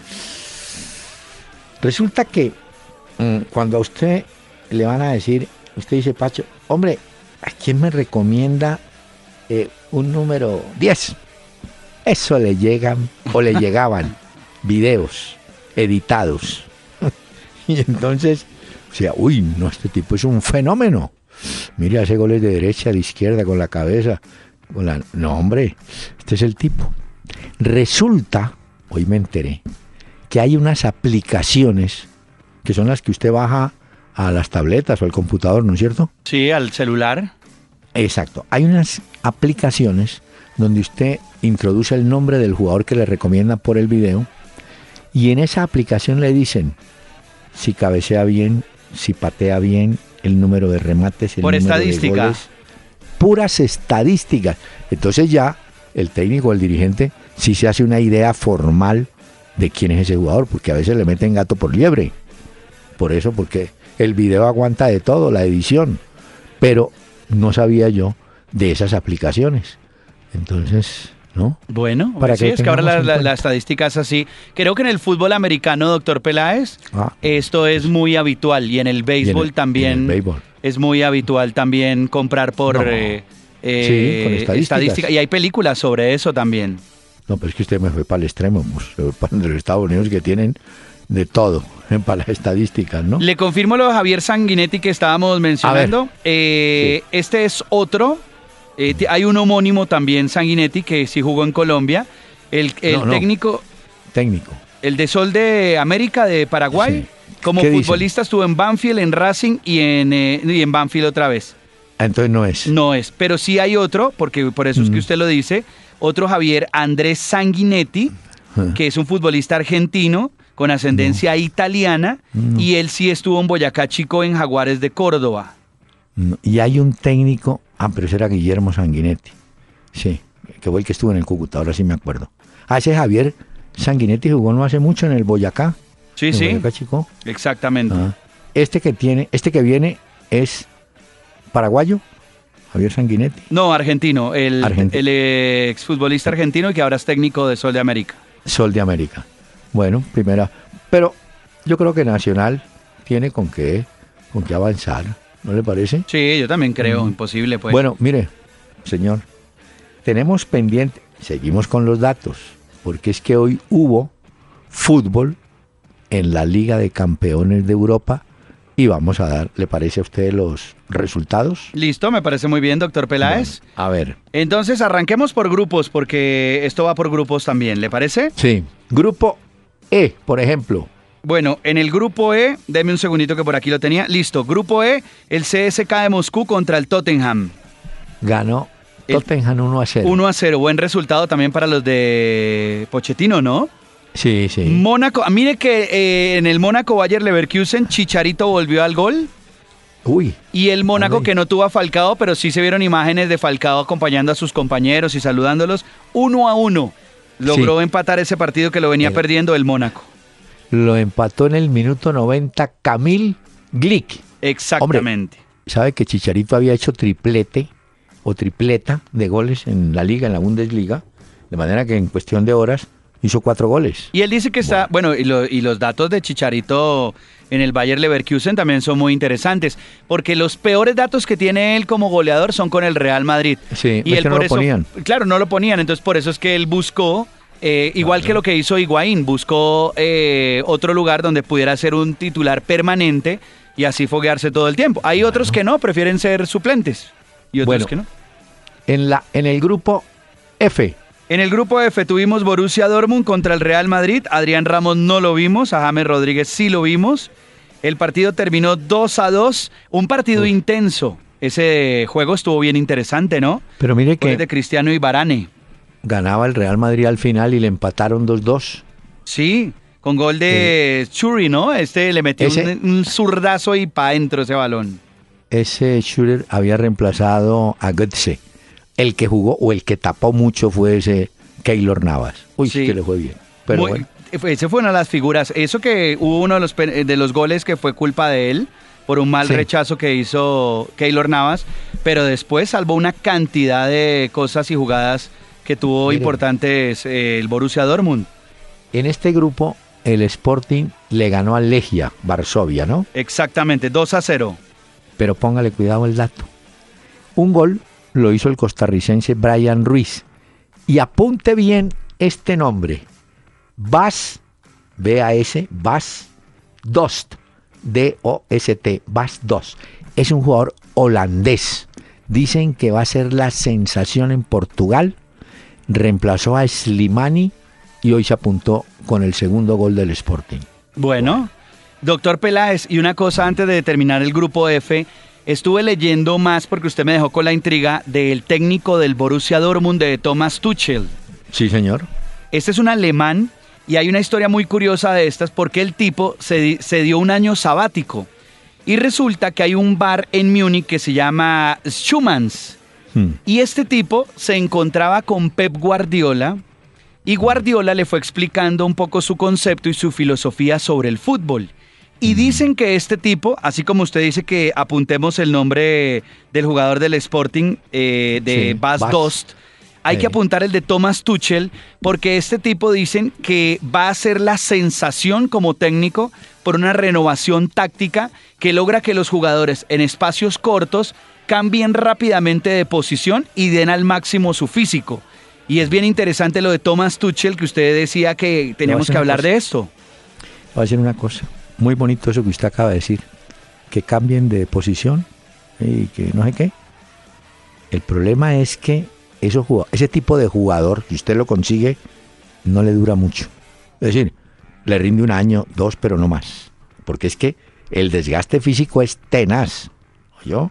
Resulta que cuando a usted le van a decir, usted dice, Pacho, hombre, ¿a quién me recomienda un número 10? Eso le llegan o le llegaban videos editados. Y entonces, o sea, uy, no, este tipo es un fenómeno. Mire, hace goles de derecha, de izquierda, con la cabeza. No, hombre, este es el tipo. Resulta, hoy me enteré, que hay unas aplicaciones que son las que usted baja a las tabletas o al computador, ¿no es cierto? Sí, al celular. Exacto. Hay unas aplicaciones donde usted introduce el nombre del jugador que le recomienda por el video y en esa aplicación le dicen si cabecea bien, si patea bien, el número de remates, el Por número estadística. de goles. Puras estadísticas. Entonces ya el técnico, el dirigente, sí se hace una idea formal de quién es ese jugador, porque a veces le meten gato por liebre. Por eso, porque el video aguanta de todo, la edición. Pero no sabía yo de esas aplicaciones. Entonces, ¿no? Bueno, Para sí, que es que ahora tengamos en cuenta. la estadística es así. Creo que en el fútbol americano, doctor Peláez, esto es muy habitual. Y en el béisbol también en el béisbol. es muy habitual también comprar por No. Sí, con estadísticas. Y hay películas sobre eso también. No, pero es que usted me fue para el extremo, pues, para los Estados Unidos que tienen de todo, para las estadísticas, ¿no? Le confirmo lo de Javier Sanguinetti que estábamos mencionando. Sí. Este es otro. Hay un homónimo también, Sanguinetti, que sí jugó en Colombia. El No. técnico, Técnico. el de Sol de América de Paraguay. Sí. Como ¿Qué dicen? futbolista estuvo en Banfield, en Racing y en Banfield otra vez. Entonces no es. No es, pero sí hay otro, porque por eso es que usted lo dice, otro Javier Andrés Sanguinetti, que es un futbolista argentino con ascendencia italiana, y él sí estuvo en Boyacá Chico en Jaguares de Córdoba. No. Y hay un técnico, pero ese era Guillermo Sanguinetti. Sí, que fue el que estuvo en el Cúcuta, ahora sí me acuerdo. Ese Javier Sanguinetti jugó no hace mucho en el Boyacá. Sí, en sí, Boyacá Chico. exactamente. Este que viene es paraguayo, Javier Sanguinetti. No, argentino, el Argentino. exfutbolista argentino que ahora es técnico de Sol de América. Sol de América. Bueno, primera. Pero yo creo que Nacional tiene con qué avanzar, ¿no le parece? Sí, yo también creo, imposible pues. Bueno, mire, señor, tenemos pendiente, seguimos con los datos, porque es que hoy hubo fútbol en la Liga de Campeones de Europa y vamos a dar, ¿le parece a usted los resultados? Listo, me parece muy bien, doctor Peláez. Bueno, a ver. Entonces arranquemos por grupos, porque esto va por grupos también, ¿le parece? Sí. Grupo E, por ejemplo. Bueno, en el grupo E, deme un segundito que por aquí lo tenía. Listo, grupo E, el CSKA de Moscú contra el Tottenham. Ganó Tottenham 1-0. 1-0, buen resultado también para los de Pochettino, ¿no? Sí, sí. Mónaco, mire que en el Mónaco Bayer Leverkusen, Chicharito volvió al gol. Uy. Y el Mónaco Ay. que no tuvo a Falcao, pero sí se vieron imágenes de Falcao acompañando a sus compañeros y saludándolos. 1-1. Logró empatar ese partido que lo venía perdiendo el Mónaco. Lo empató en el minuto 90 Camil Glick. Exactamente. ¿Sabe que Chicharito había hecho triplete o tripleta de goles en la liga, en la Bundesliga? De manera que en cuestión de horas hizo 4 goles. Y él dice que está, bueno, y los datos de Chicharito en el Bayer Leverkusen también son muy interesantes, porque los peores datos que tiene él como goleador son con el Real Madrid. Sí, y es él que no por lo eso, ponían. claro, no lo ponían, entonces por eso es que él buscó, igual que lo que hizo Higuaín, buscó otro lugar donde pudiera ser un titular permanente y así foguearse todo el tiempo. Hay otros que no, prefieren ser suplentes y otros que no. En el grupo F. En el grupo F tuvimos Borussia Dortmund contra el Real Madrid. Adrián Ramos no lo vimos, a James Rodríguez sí lo vimos. El partido terminó 2-2, un partido intenso. Ese juego estuvo bien interesante, ¿no? Pero mire Goles que de Cristiano y Varane. ganaba el Real Madrid al final y le empataron 2-2. Sí, con gol de Churi, ¿no? Le metió un zurdazo y pa' adentro ese balón. Ese Schurer había reemplazado a Götze. El que jugó o el que tapó mucho fue ese Keylor Navas. Uy, sí que le fue bien. Pero bueno. Ese fue una de las figuras. Eso que hubo uno de los goles que fue culpa de él por un mal rechazo que hizo Keylor Navas, pero después salvó una cantidad de cosas y jugadas que tuvo importantes el Borussia Dortmund. En este grupo, el Sporting le ganó al Legia Varsovia, ¿no? Exactamente, 2-0. Pero póngale cuidado el dato. Un gol lo hizo el costarricense Brian Ruiz. Y apunte bien este nombre. Bas, B-A-S, Bas Dost, D-O-S-T, Bas Dost. Es un jugador holandés Dicen que va a ser la sensación en Portugal. Reemplazó a Slimani y hoy se apuntó con el segundo gol del Sporting. Bueno, doctor Peláez, y una cosa antes de terminar el grupo F, estuve leyendo más porque usted me dejó con la intriga del técnico del Borussia Dortmund, de Thomas Tuchel. Sí, señor. Este es un alemán y hay una historia muy curiosa de estas porque el tipo se dio un año sabático y resulta que hay un bar en Múnich que se llama Schumann's y este tipo se encontraba con Pep Guardiola y Guardiola le fue explicando un poco su concepto y su filosofía sobre el fútbol. Y dicen que este tipo, así como usted dice que apuntemos el nombre del jugador del Sporting, de Bas Dost, hay que apuntar el de Thomas Tuchel, porque este tipo dicen que va a ser la sensación como técnico por una renovación táctica que logra que los jugadores en espacios cortos cambien rápidamente de posición y den al máximo su físico. Y es bien interesante lo de Thomas Tuchel, que usted decía que teníamos que hablar de esto. Voy a decir una cosa, muy bonito eso que usted acaba de decir, que cambien de posición y que no sé qué. El problema es que ese tipo de jugador, que usted lo consigue, no le dura mucho. Es decir, le rinde 1 año, 2, pero no más. Porque es que el desgaste físico es tenaz. ¿Oyó?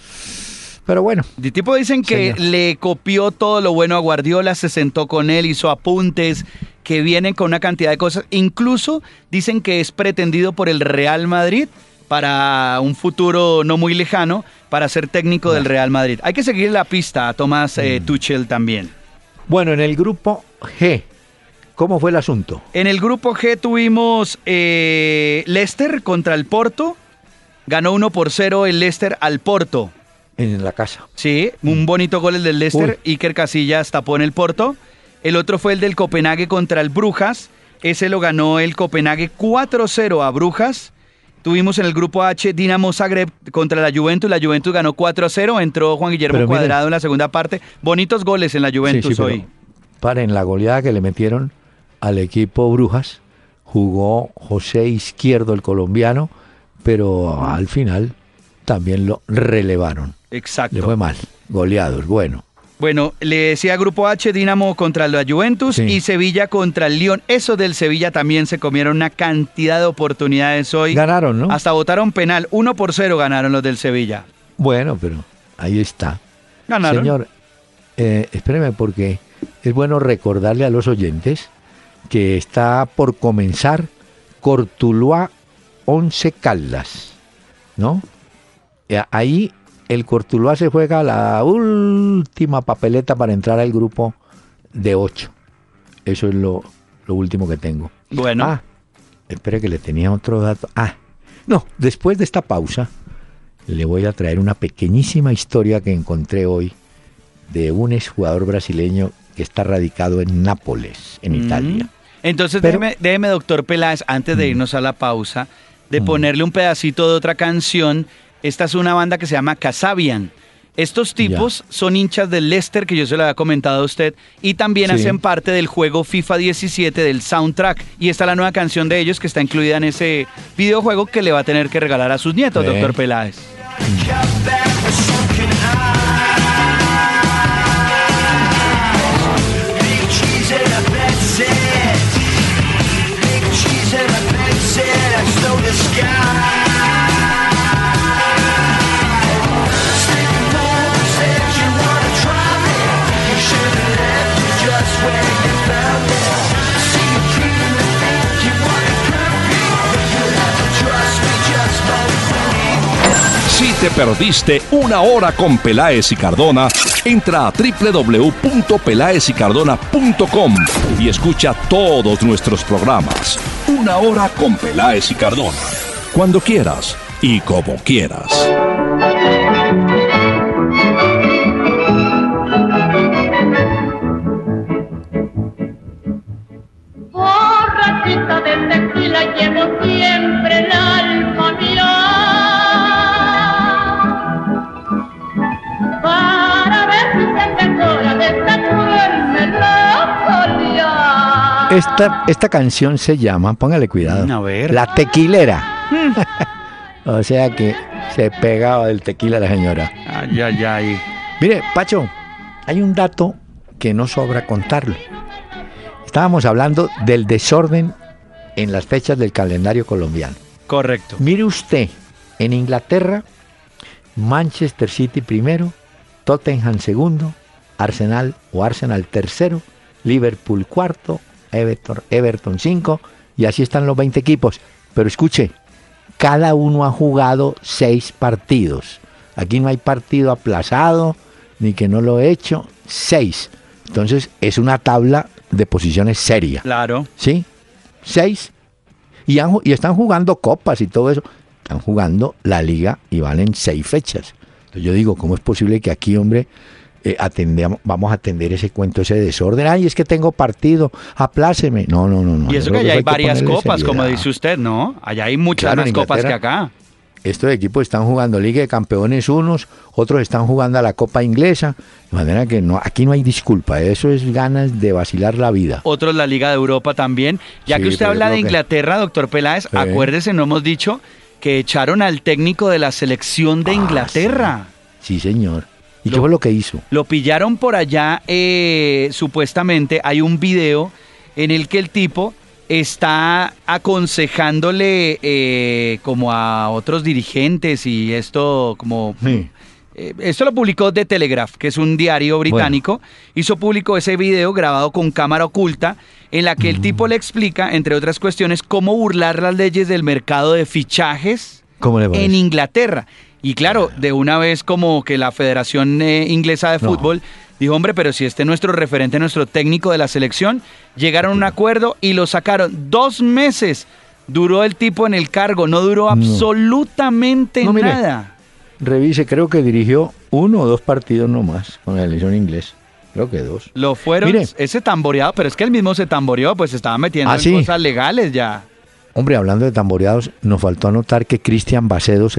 Pero bueno. De tipo dicen que le copió todo lo bueno a Guardiola, se sentó con él, hizo apuntes, que vienen con una cantidad de cosas. Incluso dicen que es pretendido por el Real Madrid para un futuro no muy lejano, para ser técnico del Real Madrid. Hay que seguir la pista a Thomas Tuchel también. Bueno, en el grupo G, ¿cómo fue el asunto? En el grupo G tuvimos Leicester contra el Porto. Ganó 1-0 el Leicester al Porto. En la casa. Sí, un bonito gol el del Leicester. Iker Casillas tapó en el Porto. El otro fue el del Copenhague contra el Brujas. Ese lo ganó el Copenhague 4-0 a Brujas. Tuvimos en el grupo H Dinamo Zagreb contra la Juventus. La Juventus ganó 4-0. Entró Juan Guillermo Cuadrado en la segunda parte. Bonitos goles en la Juventus hoy. Paren, la goleada que le metieron al equipo Brujas. Jugó José Izquierdo, el colombiano, pero al final también lo relevaron. Exacto. Le fue mal. Goleados, bueno. Bueno, le decía grupo H, Dinamo contra la Juventus y Sevilla contra el Lyon. Eso del Sevilla también se comieron una cantidad de oportunidades hoy. Ganaron, ¿no? Hasta votaron penal. 1-0 ganaron los del Sevilla. Bueno, pero ahí está. Ganaron. Señor, espéreme, porque es bueno recordarle a los oyentes que está por comenzar Cortuluá 11 Caldas, ¿no? Ahí el Cortuluá se juega la última papeleta para entrar al grupo de 8. Eso es lo último que tengo. Bueno. Espere que le tenía otro dato. No, después de esta pausa le voy a traer una pequeñísima historia que encontré hoy de un exjugador brasileño que está radicado en Nápoles, en Italia. Entonces déjeme, doctor Peláez, antes de irnos a la pausa, de ponerle un pedacito de otra canción. Esta es una banda que se llama Kasabian. Estos tipos son hinchas del Leicester, que yo se lo había comentado a usted, y también hacen parte del juego FIFA 17 del soundtrack. Y esta es la nueva canción de ellos que está incluida en ese videojuego que le va a tener que regalar a sus nietos, doctor Peláez. Si te perdiste Una Hora con Peláez y Cardona, entra a www.pelaezycardona.com y escucha todos nuestros programas. Una Hora con Peláez y Cardona. Cuando quieras y como quieras. Borrachita de tequila llevo siempre el alma mía. Para ver si se mejora de esta cruel melancolía. Esta canción se llama, póngale cuidado, A ver. La Tequilera. O sea que Se pegaba del tequila la señora. Ay, ay, ay. Mire, Pacho, hay un dato que no sobra contarlo. Estábamos hablando del desorden en las fechas del calendario colombiano. Correcto. Mire usted, en Inglaterra, Manchester City primero, Tottenham segundo, Arsenal tercero, Liverpool cuarto, Everton 5, y así están los 20 equipos. Pero escuche, cada uno ha jugado 6 partidos. Aquí no hay partido aplazado, ni que no lo he hecho, 6. Entonces es una tabla de posiciones seria. Claro. ¿Sí? 6. Y están jugando copas y todo eso. Están jugando la liga y van en 6 fechas. Entonces yo digo, ¿cómo es posible que aquí, hombre, vamos a atender ese cuento, ese desorden? Ay, es que tengo partido, apláceme. No. Y eso que allá hay varias copas, como dice usted, ¿no? Allá hay muchas más copas que acá. Estos equipos están jugando Liga de Campeones unos, otros están jugando a la Copa Inglesa, de manera que no, aquí no hay disculpa, eso es ganas de vacilar la vida. Otros la Liga de Europa también. Ya Sí, que usted pero habla de creo que- Inglaterra, doctor Peláez, Sí. acuérdese, no hemos dicho que echaron al técnico de la selección de Inglaterra. Sí, señor. ¿Y qué fue lo que hizo? Lo pillaron por allá, supuestamente hay un video en el que el tipo está aconsejándole como a otros dirigentes y esto como... Sí. Esto lo publicó The Telegraph, que es un diario británico. Hizo público ese video grabado con cámara oculta en la que el tipo le explica, entre otras cuestiones, cómo burlar las leyes del mercado de fichajes ¿Cómo le parece? en Inglaterra. Y claro, de una vez como que la Federación Inglesa de No. Fútbol dijo, hombre, pero si este es nuestro referente, nuestro técnico de la selección, llegaron a un acuerdo y lo sacaron. 2 meses duró el tipo en el cargo, no duró absolutamente No, mire. nada. Revise, creo que dirigió 1 o 2 partidos nomás con la selección inglesa. Creo que 2. Lo fueron, Mire. ese tamboreado, pero es que él mismo se tamboreó, pues se estaba metiendo Ah, en ¿sí? cosas legales ya. Hombre, hablando de tamboreados, nos faltó anotar que Cristian Bacedas,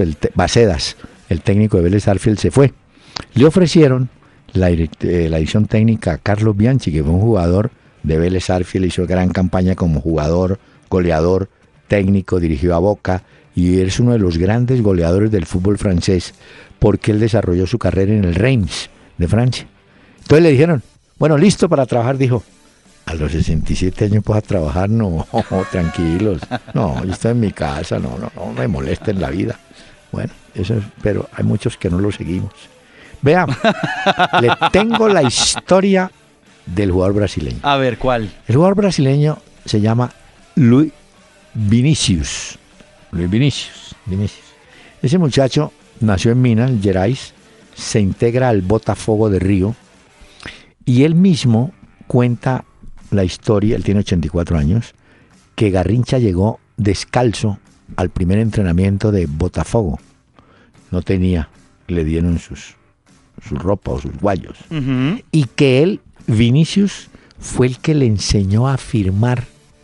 el técnico de Vélez Sarsfield, se fue. Le ofrecieron la edición técnica a Carlos Bianchi, que fue un jugador de Vélez Sarsfield, hizo gran campaña como jugador, goleador, técnico, dirigió a Boca, y es uno de los grandes goleadores del fútbol francés, porque él desarrolló su carrera en el Reims de Francia. Entonces le dijeron, bueno, listo para trabajar, dijo. A los 67 años puedo trabajar, no, tranquilos. No, yo estoy en mi casa, no me molesten la vida. Bueno, eso es, pero hay muchos que no lo seguimos. Vea, le tengo la historia del jugador brasileño. A ver, ¿cuál? El jugador brasileño se llama Luis Vinicius. Luis Vinicius. Ese muchacho nació en Minas Gerais, se integra al Botafogo de Río y él mismo cuenta la historia, él tiene 84 años, que Garrincha llegó descalzo al primer entrenamiento de Botafogo. No tenía, le dieron su ropa o sus guayos. Ujú. Y que él, Vinicius, fue el que le enseñó a firmar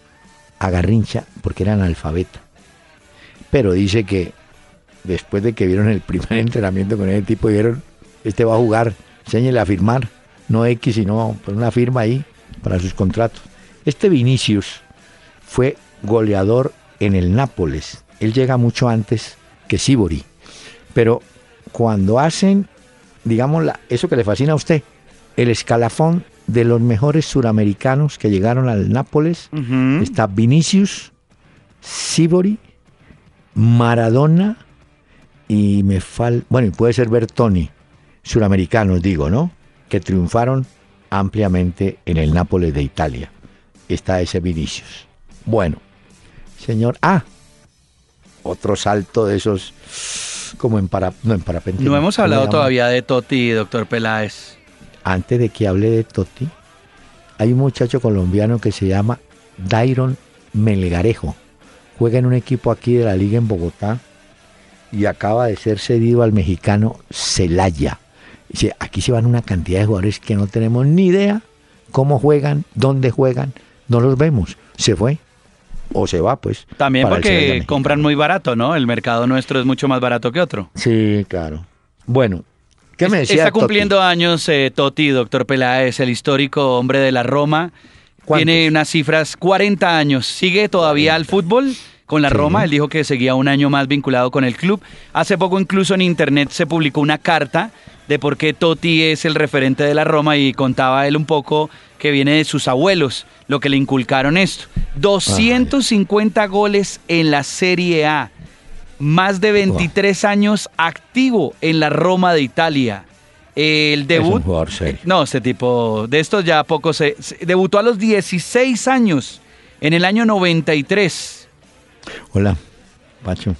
a Garrincha porque era analfabeta. Pero dice que después de que vieron el primer entrenamiento con ese tipo, dijeron, este va a jugar, enséñele a firmar, no X, sino pues una firma ahí para sus contratos. Este Vinicius fue goleador en el Nápoles. Él llega mucho antes que Sívori. Pero cuando hacen, digamos, eso que le fascina a usted, el escalafón de los mejores suramericanos que llegaron al Nápoles, Ujú. está Vinicius, Sívori, Maradona y bueno, y puede ser Bertoni, suramericanos digo, ¿no? Que triunfaron ampliamente en el Nápoles de Italia. Está ese Vinicius. Bueno, señor, otro salto de esos como en parapente. No hemos ¿cómo hablado se llama? todavía de Totti, doctor Peláez. Antes de que hable de Totti, hay un muchacho colombiano que se llama Dairon Melgarejo. Juega en un equipo aquí de la liga en Bogotá y acaba de ser cedido al mexicano Celaya. Dice, aquí se van una cantidad de jugadores que no tenemos ni idea cómo juegan, dónde juegan, no los vemos. Se fue o se va, pues. También para el Celaya porque mexicano. compran muy barato, ¿no? El mercado nuestro es mucho más barato que otro. Sí, claro. Bueno, ¿qué me decía Está Totti? cumpliendo años Totti, doctor Peláez, el histórico hombre de la Roma. ¿Cuántos? Tiene unas cifras, 40 años. ¿Sigue todavía al fútbol? con la Sí. Roma. Él dijo que seguía un año más vinculado con el club. Hace poco incluso en internet se publicó una carta de por qué Totti es el referente de la Roma y contaba él un poco que viene de sus abuelos, lo que le inculcaron esto. 250 goles en la Serie A. Más de 23 años activo en la Roma de Italia. El debut... Es un jugador serio. No, este tipo de estos ya poco debutó a los 16 años, en el año 93. Hola, Pacho.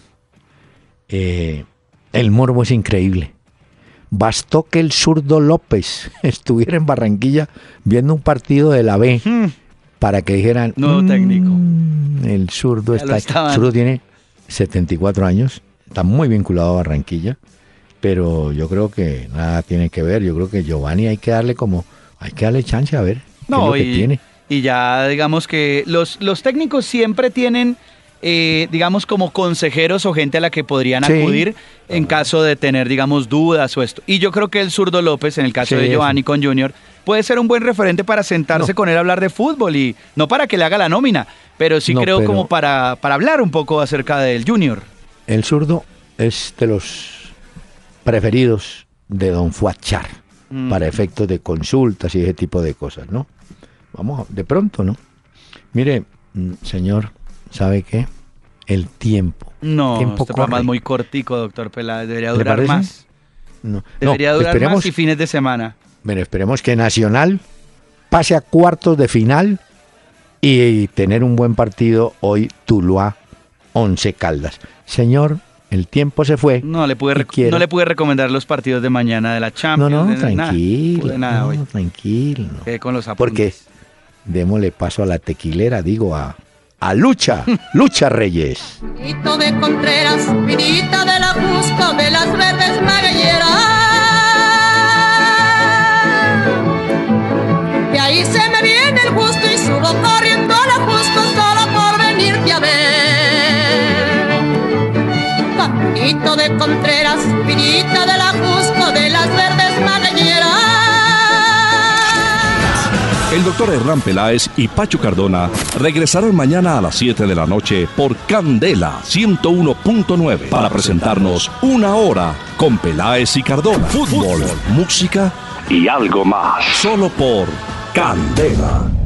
El morbo es increíble. Bastó que el zurdo López estuviera en Barranquilla viendo un partido de la B para que dijeran... Nuevo técnico. El zurdo Ya lo está... estaban. El zurdo tiene 74 años, está muy vinculado a Barranquilla, pero yo creo que nada tiene que ver. Yo creo que Giovanni hay que darle chance a ver qué es lo que tiene. Y ya digamos que los técnicos siempre tienen, digamos, como consejeros o gente a la que podrían Sí. acudir en caso de tener, digamos, dudas o esto. Y yo creo que el zurdo López, en el caso Sí, de eso. Giovanni con Junior, puede ser un buen referente para sentarse con él a hablar de fútbol y no para que le haga la nómina, pero sí No, creo pero- como para hablar un poco acerca del Junior. El zurdo es de los preferidos de don Fuachar para efectos de consultas y ese tipo de cosas, ¿no? De pronto, ¿no? Mire, señor, ¿sabe qué? El tiempo. No, tiempo este programa corre. es muy cortico, doctor Peláez, debería ¿Le durar parece? más. No, Debería durar esperemos, más y fines de semana. Bueno, esperemos que Nacional pase a cuartos de final y tener un buen partido hoy Tuluá, Once Caldas. Señor, el tiempo se fue. No le pude, y quiero- no le pude recomendar los partidos de mañana de la No, Champions. no, de nada. tranquilo. Pude nada no, hoy. tranquilo. no. Quedé con los Porque apuntes. démosle paso a la tequilera, digo, a Lucha, Lucha Reyes. Vinito de Contreras, vinita de la Cusco, de las Verdes Magalleras. De ahí se me viene el gusto y subo corriendo a la Cusco solo por venirte a ver. Vinito de Contreras, vinita de la Cusco, de las Verdes Magalleras. El doctor Hernán Peláez y Pacho Cardona regresarán mañana a las 7 de la noche por Candela 101.9 para presentarnos Una Hora con Peláez y Cardona. Fútbol, música y algo más. Solo por Candela.